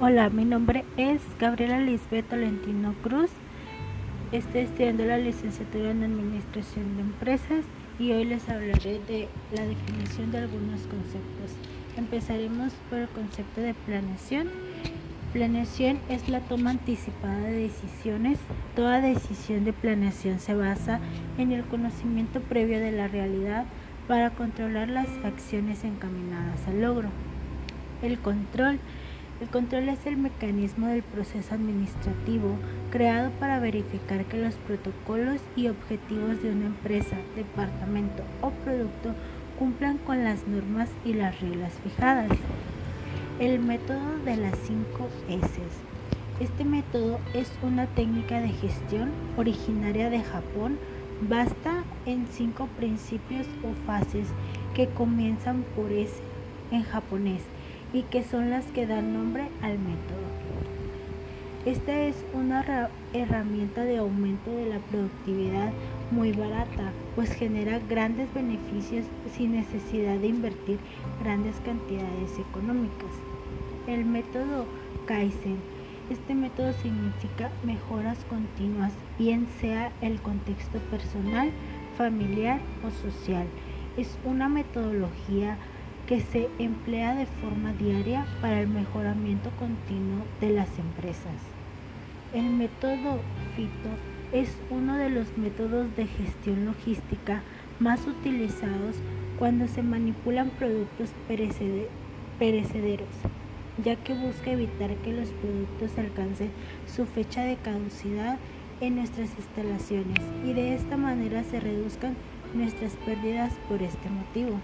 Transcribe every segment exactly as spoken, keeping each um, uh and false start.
Hola, mi nombre es Gabriela Lisbeth Tolentino Cruz. Estoy estudiando la licenciatura en Administración de Empresas y hoy les hablaré de la definición de algunos conceptos. Empezaremos por el concepto de planeación. Planeación es la toma anticipada de decisiones. Toda decisión de planeación se basa en el conocimiento previo de la realidad para controlar las acciones encaminadas al logro. El control. El control es el mecanismo del proceso administrativo creado para verificar que los protocolos y objetivos de una empresa, departamento o producto cumplan con las normas y las reglas fijadas. El método de las cinco S. Este método es una técnica de gestión originaria de Japón. Basta en cinco principios o fases que comienzan por S en japonés y que son las que dan nombre al método. Esta es una herramienta de aumento de la productividad muy barata, pues genera grandes beneficios sin necesidad de invertir grandes cantidades económicas. El método Kaizen. Este método significa mejoras continuas, bien sea el contexto personal, familiar o social. Es una metodología que se emplea de forma diaria para el mejoramiento continuo de las empresas. El método FITO es uno de los métodos de gestión logística más utilizados cuando se manipulan productos perecederos, ya que busca evitar que los productos alcancen su fecha de caducidad en nuestras instalaciones y de esta manera se reduzcan nuestras pérdidas por este motivo.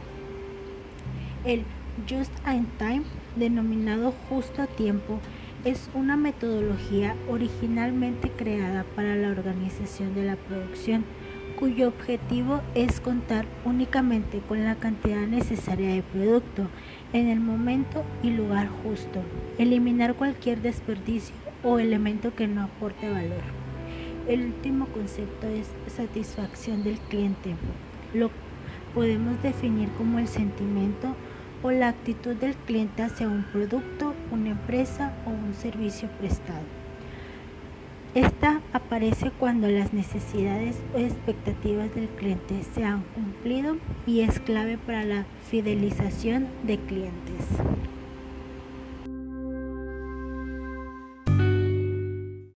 El Just in Time, denominado justo a tiempo, es una metodología originalmente creada para la organización de la producción, cuyo objetivo es contar únicamente con la cantidad necesaria de producto en el momento y lugar justo, eliminar cualquier desperdicio o elemento que no aporte valor. El último concepto es satisfacción del cliente. Lo podemos definir como el sentimiento o la actitud del cliente hacia un producto, una empresa o un servicio prestado. Esta aparece cuando las necesidades o expectativas del cliente se han cumplido y es clave para la fidelización de clientes.